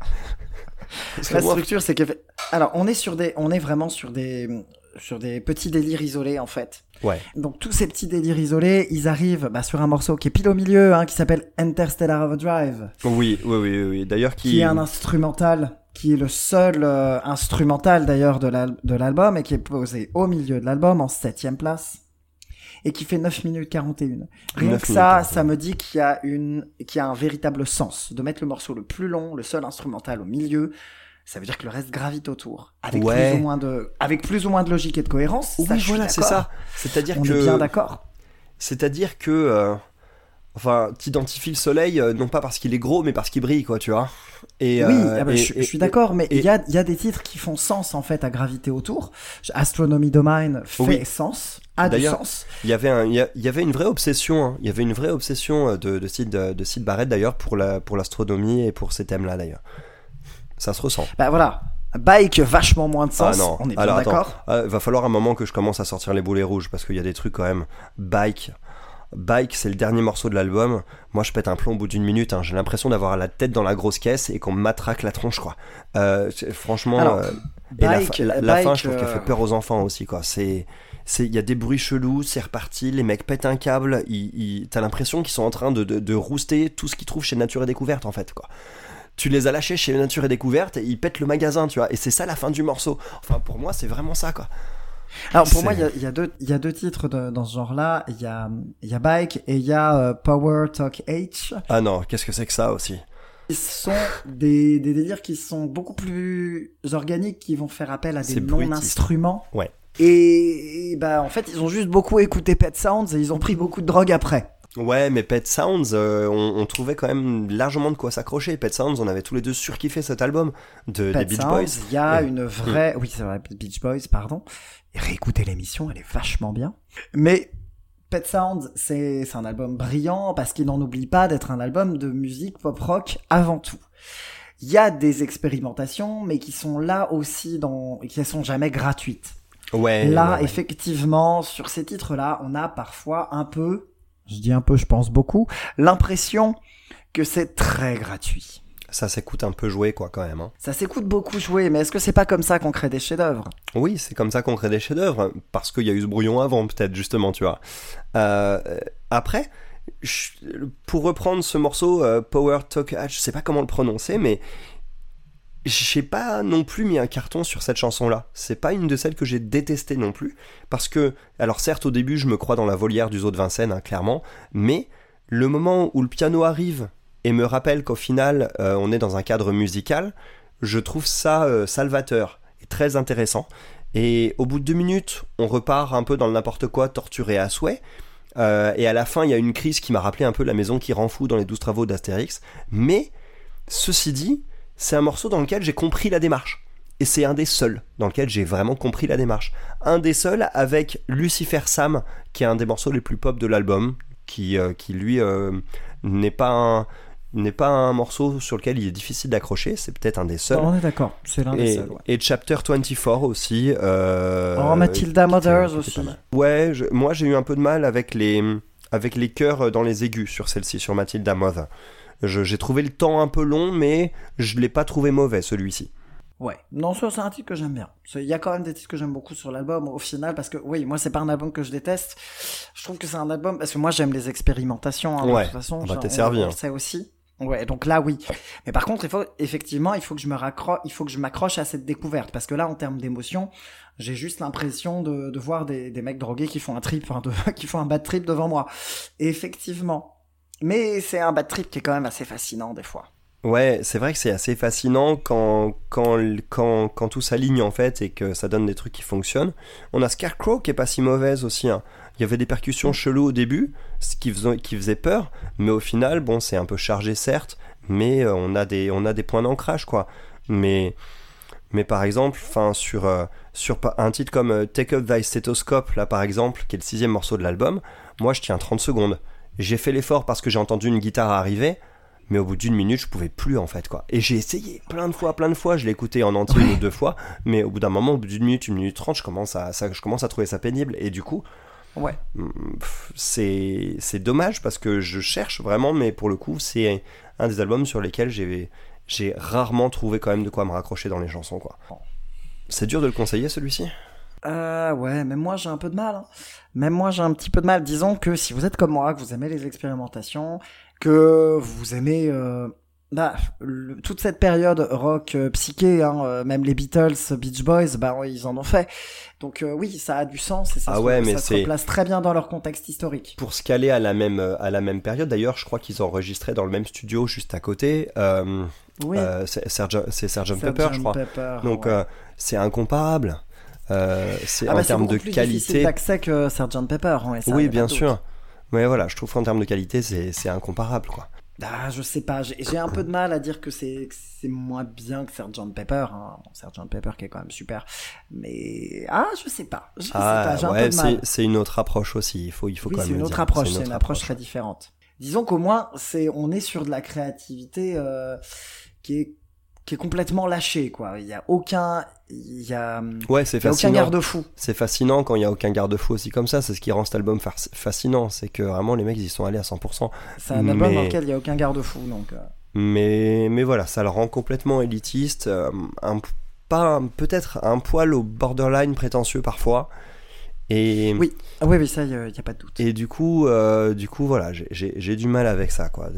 la structure, c'est que, alors, on est vraiment sur des petits délires isolés, en fait. Ouais. Donc, tous ces petits délires isolés, ils arrivent, sur un morceau qui est pile au milieu, qui s'appelle Interstellar Overdrive. Oui. D'ailleurs, qui est un instrumental, qui est le seul instrumental d'ailleurs de l'album et qui est posé au milieu de l'album en 7e place et qui fait 9 minutes 41. Rien que ça me dit qu'il y a un véritable sens de mettre le morceau le plus long, le seul instrumental au milieu. Ça veut dire que le reste gravite autour, avec plus ou moins de logique et de cohérence. Oui, voilà, c'est ça. C'est-à-dire on est bien d'accord. C'est-à-dire que t'identifies le soleil non pas parce qu'il est gros, mais parce qu'il brille, quoi, tu vois. Et je suis d'accord, mais il y a des titres qui font sens en fait à graviter autour. Astronomy Domain fait sens, a du sens. Il y avait une vraie obsession, hein. Il y avait une vraie obsession de Syd Barrett d'ailleurs pour l'astronomie et pour ces thèmes-là d'ailleurs. Ça se ressent. Voilà. Bike, vachement moins de sens. Ah non. On est bien d'accord. Va falloir un moment que je commence à sortir les boulets rouges parce qu'il y a des trucs quand même. Bike, c'est le dernier morceau de l'album. Moi, je pète un plomb au bout d'une minute. J'ai l'impression d'avoir la tête dans la grosse caisse et qu'on me matraque la tronche, quoi. Franchement. Alors, la fin, je trouve qu'elle fait peur aux enfants aussi, quoi. Il y a des bruits chelous, c'est reparti. Les mecs pètent un câble. T'as l'impression qu'ils sont en train de rouster tout ce qu'ils trouvent chez Nature et Découverte, en fait, quoi. Tu les as lâchés chez Nature et Découverte et ils pètent le magasin, tu vois. Et c'est ça la fin du morceau. Enfin, pour moi, c'est vraiment ça, quoi. Alors pour moi, il y a deux titres dans ce genre-là. Il y a Bike et il y a Power Talk H. Ah non, qu'est-ce que c'est que ça aussi? Ils sont des délires qui sont beaucoup plus organiques, qui vont faire appel à des non-instruments. Ouais. Et en fait, ils ont juste beaucoup écouté Pet Sounds et ils ont pris beaucoup de drogue après. Ouais, mais Pet Sounds, on trouvait quand même largement de quoi s'accrocher. Pet Sounds, on avait tous les deux surkiffé cet album des Beach Boys. Il y a une vraie... Oui, c'est vrai, Beach Boys, pardon. Et réécoutez l'émission, elle est vachement bien. Mais Pet Sounds, c'est un album brillant parce qu'il n'en oublie pas d'être un album de musique pop-rock avant tout. Il y a des expérimentations, mais qui sont là aussi qui sont jamais gratuites. Ouais. Effectivement, sur ces titres-là, on a parfois un peu... Je dis un peu, je pense beaucoup, l'impression que c'est très gratuit. Ça s'écoute un peu joué, quoi, quand même. Hein. Ça s'écoute beaucoup joué, mais est-ce que c'est pas comme ça qu'on crée des chefs-d'œuvre ? Oui, c'est comme ça qu'on crée des chefs-d'œuvre, parce qu'il y a eu ce brouillon avant, peut-être, justement, tu vois. Après, pour reprendre ce morceau, Power Talk, je sais pas comment le prononcer, mais j'ai pas non plus mis un carton sur cette chanson-là. C'est pas une de celles que j'ai détestées non plus, parce que, alors certes, au début, je me crois dans la volière du zoo de Vincennes, clairement, mais le moment où le piano arrive et me rappelle qu'au final, on est dans un cadre musical, je trouve ça salvateur et très intéressant. Et au bout de 2 minutes, on repart un peu dans le n'importe quoi, torturé à souhait. Et à la fin, il y a une crise qui m'a rappelé un peu la maison qui rend fou dans les 12 travaux d'Astérix. Mais, ceci dit, c'est un morceau dans lequel j'ai compris la démarche. Et c'est un des seuls dans lequel j'ai vraiment compris la démarche. Un des seuls avec Lucifer Sam, qui est un des morceaux les plus pop de l'album, qui lui, n'est pas un morceau sur lequel il est difficile d'accrocher, c'est peut-être un des seuls. On est d'accord, c'est l'un des seuls. Ouais. Et Chapter 24 aussi. Matilda Mothers aussi. Ouais, moi j'ai eu un peu de mal avec les chœurs dans les aigus sur celle-ci, sur Matilda Mother. J'ai trouvé le temps un peu long, mais je l'ai pas trouvé mauvais, celui-ci. Ouais, non, ça c'est un titre que j'aime bien. Il y a quand même des titres que j'aime beaucoup sur l'album au final, parce que oui, moi c'est pas un album que je déteste. Je trouve que c'est un album parce que moi j'aime les expérimentations. Hein, ouais, de toute façon, t'es servi. On le sait aussi. Ouais, donc là oui. Mais par contre, il faut que je m'accroche à cette découverte, parce que là, en termes d'émotion, j'ai juste l'impression de voir des mecs drogués qui font un trip, qui font un bad trip devant moi. Et effectivement. Mais c'est un bad trip qui est quand même assez fascinant des fois. Ouais, c'est vrai que c'est assez fascinant quand tout s'aligne en fait et que ça donne des trucs qui fonctionnent. On a Scarecrow qui est pas si mauvaise aussi, hein. Il y avait des percussions cheloues au début, ce qui faisait peur, mais au final, bon, c'est un peu chargé certes, mais on a des points d'ancrage quoi. Mais par exemple, sur un titre comme Take Up Thy Stethoscope, là par exemple, qui est le 6e morceau de l'album, moi je tiens 30 secondes. J'ai fait l'effort parce que j'ai entendu une guitare arriver, mais au bout d'une minute, je pouvais plus en fait quoi. Et j'ai essayé plein de fois, je l'ai écouté en entier une ou deux fois, mais au bout d'un moment, au bout d'une minute, 1 minute 30, je commence à trouver ça pénible. Et du coup, Ouais. c'est dommage parce que je cherche vraiment, mais pour le coup, c'est un des albums sur lesquels j'ai rarement trouvé quand même de quoi me raccrocher dans les chansons quoi. C'est dur de le conseiller celui-ci. Ouais, même moi j'ai un peu de mal. Hein. Même moi j'ai un petit peu de mal. Disons que si vous êtes comme moi, que vous aimez les expérimentations, que vous aimez toute cette période rock psyché, hein, même les Beatles, Beach Boys, ils en ont fait. Donc oui, ça a du sens et ça, se replace très bien dans leur contexte historique. Pour se caler à la même période, d'ailleurs, je crois qu'ils enregistraient dans le même studio juste à côté. Oui. C'est Sgt Pepper, je crois. Pepper, donc ouais. C'est incomparable. C'est en c'est termes de beaucoup plus qualité. difficile d'accès que Sgt Pepper. Ouais, ça, Oui, y a pas bien de doute. sûr. Mais voilà, je trouve qu'en termes de qualité, c'est incomparable, quoi. Je sais pas, j'ai un peu de mal à dire que c'est moins bien que Sgt Pepper, hein. Bon, Sgt Pepper qui est quand même super, mais je sais pas, j'ai un peu de mal. C'est une autre approche aussi, il faut quand même c'est une le autre dire. approche, c'est une approche très différente. Disons qu'au moins on est sur de la créativité qui est complètement lâchée quoi. Il y a aucun garde-fou. C'est fascinant quand il y a aucun garde-fou aussi comme ça, c'est ce qui rend cet album fascinant, c'est que vraiment les mecs ils y sont allés à 100%. C'est un album dans lequel il y a aucun garde-fou donc mais voilà, ça le rend complètement élitiste, peut-être un poil au borderline prétentieux parfois. Et oui, ça y a pas de doute. Et du coup voilà, j'ai du mal avec ça quoi.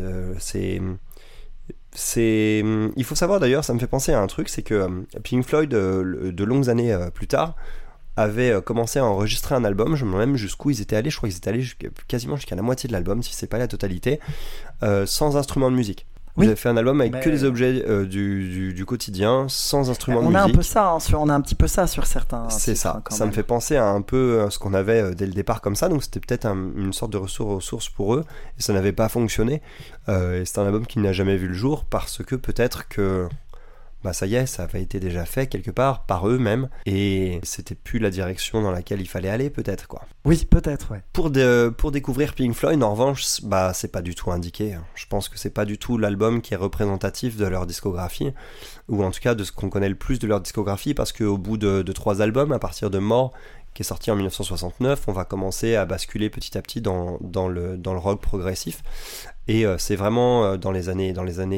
Il faut savoir d'ailleurs, ça me fait penser à un truc, c'est que Pink Floyd, de longues années plus tard, avait commencé à enregistrer un album. Je me demande même jusqu'où ils étaient allés. Je crois qu'ils étaient allés quasiment jusqu'à la moitié de l'album, si c'est pas la totalité, sans instrument de musique. Oui. Ils avaient fait un album avec que des objets du quotidien, sans instrument de musique. On a un peu ça, on a un petit peu ça sur certains. C'est ça. Ça me fait penser à un peu ce qu'on avait dès le départ comme ça. Donc c'était peut-être une sorte de ressource pour eux. Et ça n'avait pas fonctionné. Et c'est un album qui n'a jamais vu le jour parce que peut-être que ça y est, ça avait été déjà fait quelque part par eux-mêmes. Et c'était plus la direction dans laquelle il fallait aller peut-être quoi. Oui, peut-être, ouais. Pour découvrir Pink Floyd, en revanche, c'est pas du tout indiqué. Je pense que c'est pas du tout l'album qui est représentatif de leur discographie, ou en tout cas de ce qu'on connaît le plus de leur discographie, parce qu'au bout de 3 albums, à partir de More, qui est sorti en 1969, on va commencer à basculer petit à petit dans le rock progressif. Et c'est vraiment dans les années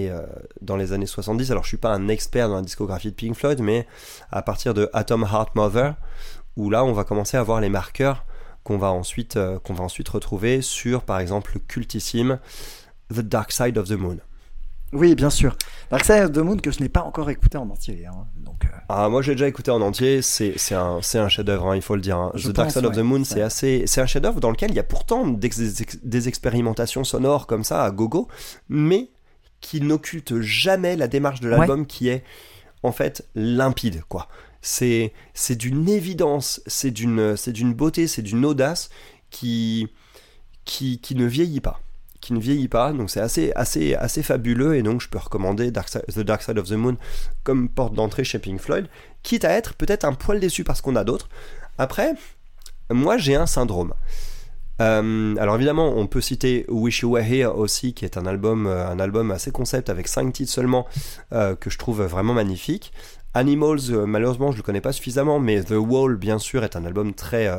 70. Alors je suis pas un expert dans la discographie de Pink Floyd, mais à partir de Atom Heart Mother, où là on va commencer à voir les marqueurs qu'on va ensuite retrouver sur, par exemple, le cultissime The Dark Side of the Moon. Oui, bien sûr. Dark Side of the Moon que je n'ai pas encore écouté en entier. Hein. Donc, moi j'ai déjà écouté en entier, c'est un chef-d'œuvre, hein, il faut le dire. Hein. The Dark Side of the Moon, c'est un chef-d'œuvre dans lequel il y a pourtant des expérimentations sonores comme ça à gogo, mais qui n'occulte jamais la démarche de l'album qui est en fait limpide, quoi. C'est d'une évidence, c'est d'une beauté, c'est d'une audace qui ne vieillit pas. Donc c'est assez fabuleux, et donc je peux recommander The Dark Side of the Moon comme porte d'entrée chez Pink Floyd, quitte à être peut-être un poil déçu parce qu'on a d'autres. Après, moi j'ai un syndrome. Alors évidemment on peut citer Wish You Were Here aussi, qui est un album assez concept avec 5 titres seulement, que je trouve vraiment magnifique. Animals, malheureusement je le connais pas suffisamment, mais The Wall bien sûr est un album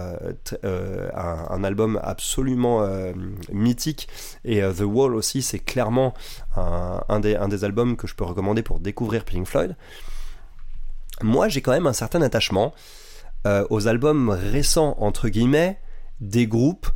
un album absolument mythique, et The Wall aussi c'est clairement un des albums que je peux recommander pour découvrir Pink Floyd. Moi j'ai quand même un certain attachement aux albums récents entre guillemets des groupes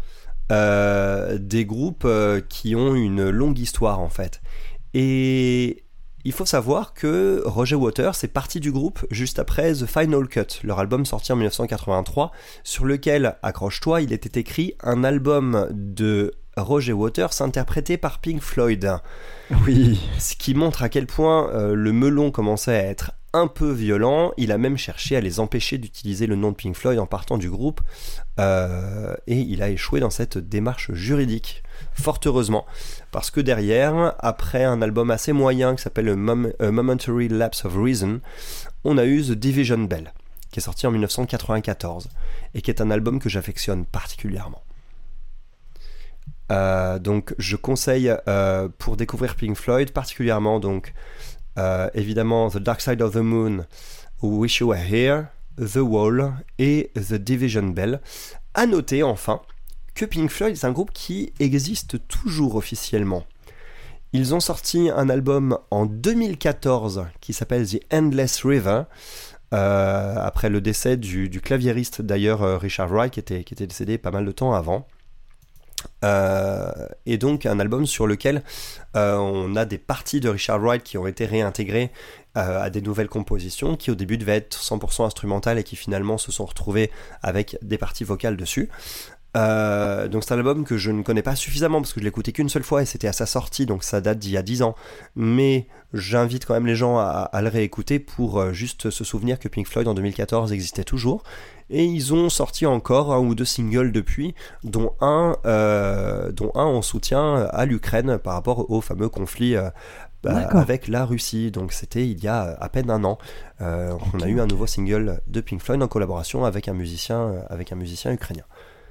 qui ont une longue histoire en fait. Et il faut savoir que Roger Waters est parti du groupe juste après The Final Cut, leur album sorti en 1983, sur lequel, accroche-toi, il était écrit un album de Roger Waters interprété par Pink Floyd. Oui. Ce qui montre à quel point le melon commençait à être un peu violent. Il a même cherché à les empêcher d'utiliser le nom de Pink Floyd en partant du groupe, et il a échoué dans cette démarche juridique, fort heureusement, parce que derrière, après un album assez moyen qui s'appelle A Momentary Lapse of Reason, on a eu The Division Bell, qui est sorti en 1994 et qui est un album que j'affectionne particulièrement. Donc je conseille pour découvrir Pink Floyd particulièrement donc évidemment The Dark Side of the Moon, Wish You Were Here, The Wall et The Division Bell. À noter enfin que Pink Floyd est un groupe qui existe toujours officiellement. Ils ont sorti un album en 2014 qui s'appelle The Endless River, après le décès du claviériste d'ailleurs Richard Wright qui était décédé pas mal de temps avant. Et donc un album sur lequel on a des parties de Richard Wright qui ont été réintégrées à des nouvelles compositions qui au début devaient être 100% instrumentales et qui finalement se sont retrouvées avec des parties vocales dessus. Donc c'est un album que je ne connais pas suffisamment parce que je l'ai écouté qu'une seule fois et c'était à sa sortie, donc ça date d'il y a 10 ans, mais j'invite quand même les gens à le réécouter pour juste se souvenir que Pink Floyd en 2014 existait toujours. Et ils ont sorti encore 1 ou 2 singles depuis, dont un en soutien à l'Ukraine par rapport au fameux conflit avec la Russie. Donc c'était il y a à peine 1 an. On a eu un nouveau single de Pink Floyd en collaboration avec un musicien ukrainien.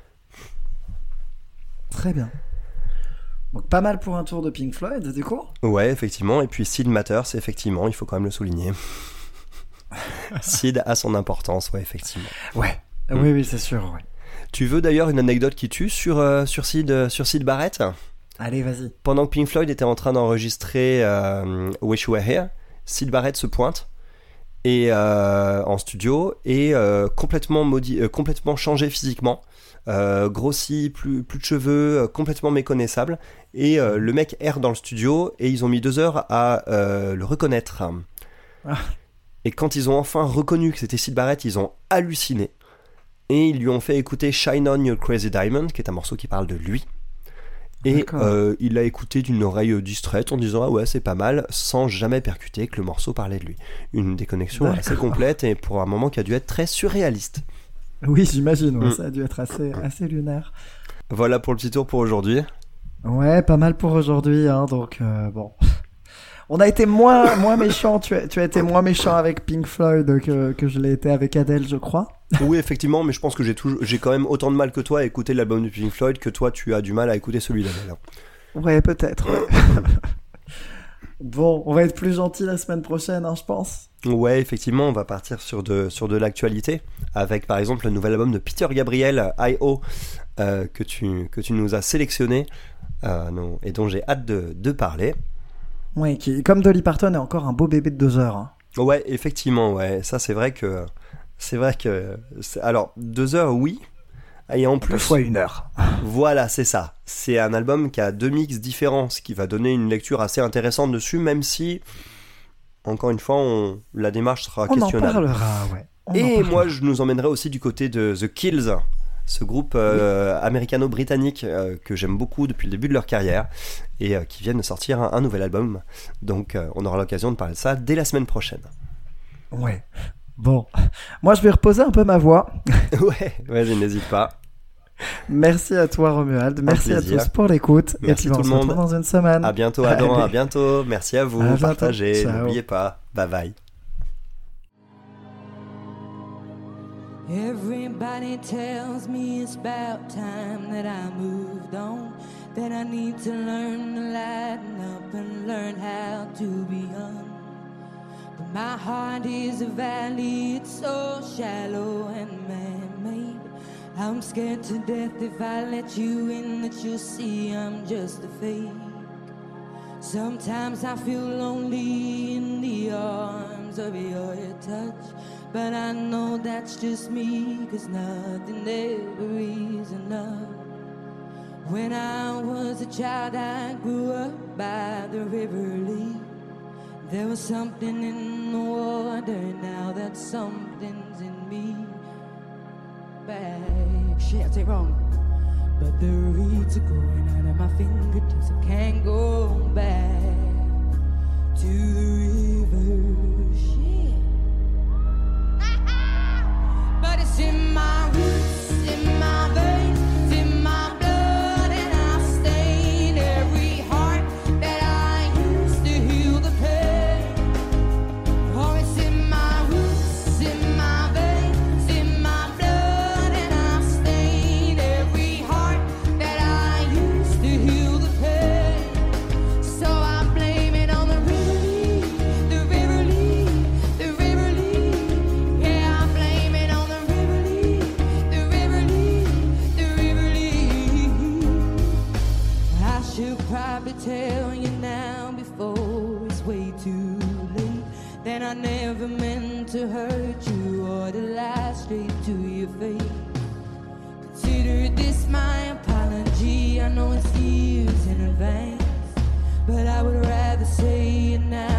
Très bien. Donc pas mal pour un tour de Pink Floyd, du coup. Ouais, effectivement. Et puis Sid Matters, effectivement, il faut quand même le souligner. Sid a son importance, ouais, effectivement. Ouais. Oui, c'est sûr, ouais. Tu veux d'ailleurs une anecdote qui tue sur Syd Barrett ? Allez, vas-y. Pendant que Pink Floyd était en train d'enregistrer Wish You Were Here, Syd Barrett se pointe et en studio et complètement changé physiquement, grossi, plus de cheveux, complètement méconnaissable, et le mec erre dans le studio et ils ont mis 2 heures à le reconnaître. Ah. Et quand ils ont enfin reconnu que c'était Syd Barrett, ils ont halluciné. Et ils lui ont fait écouter Shine On Your Crazy Diamond, qui est un morceau qui parle de lui. Et il l'a écouté d'une oreille distraite en disant « Ah ouais, c'est pas mal », sans jamais percuter que le morceau parlait de lui. Une déconnexion assez complète et pour un moment qui a dû être très surréaliste. Oui, j'imagine, ouais, ça a dû être assez lunaire. Voilà pour le petit tour pour aujourd'hui. Ouais, pas mal pour aujourd'hui, hein, donc bon... On a été moins méchant. Tu as été moins méchant avec Pink Floyd que je l'ai été avec Adele, je crois. Oui, effectivement, mais je pense que j'ai quand même autant de mal que toi à écouter l'album de Pink Floyd que toi tu as du mal à écouter celui d'Adele. Ouais, peut-être. Ouais. Bon, on va être plus gentil la semaine prochaine, hein, je pense. Ouais, effectivement, on va partir sur de l'actualité avec par exemple le nouvel album de Peter Gabriel, I.O., que tu nous as sélectionné et dont j'ai hâte de parler. Oui, qui, comme Dolly Parton, est encore un beau bébé de 2 heures. Hein. Ouais, effectivement, ouais. Ça, c'est vrai que... Alors, 2 heures, oui. Et en plus... 2 fois 1 heure. Voilà, c'est ça. C'est un album qui a 2 mix différents, ce qui va donner une lecture assez intéressante dessus, même si, encore une fois, la démarche sera questionnable. On en parlera, ouais. Et moi, je nous emmènerai aussi du côté de The Kills, ce groupe américano-britannique que j'aime beaucoup depuis le début de leur carrière et qui viennent de sortir un nouvel album. Donc on aura l'occasion de parler de ça dès la semaine prochaine. Ouais. Bon. Moi je vais reposer un peu ma voix. Ouais, vas-y, n'hésite pas. Merci à toi Romuald, merci à tous pour l'écoute. Merci et puis on se retrouve dans une semaine. À bientôt Adam, à bientôt. Merci à vous, partagez, ciao. N'oubliez pas. Bye bye. Everybody tells me it's about time that I moved on, that I need to learn to lighten up and learn how to be young. But my heart is a valley, it's so shallow and man-made. I'm scared to death if I let you in that you'll see I'm just a fake. Sometimes I feel lonely in the arms of your touch, but I know that's just me, 'cause nothing ever is enough. When I was a child I grew up by the river Lee. There was something in the water, now that something's in me. Back, shit, I take wrong. But the reeds are growing out of pretend I can't go back to the river. Shit. But it's in my roots, in my veins, it's in my blood, and I stain every heart that I used to heal the pain. Oh, it's in my roots, in my veins, in my blood, and I stain every heart that I used to heal the pain. So I blame it on the river Lee, the river Lee, the river Lee. Yeah, I blame it on the river Lee, the river Lee, the river Lee. I should probably tell you now before it's way too late. Then I never meant to hurt you or to lie straight to your face. Consider this my apology. I know it's years in advance, but I would rather say it now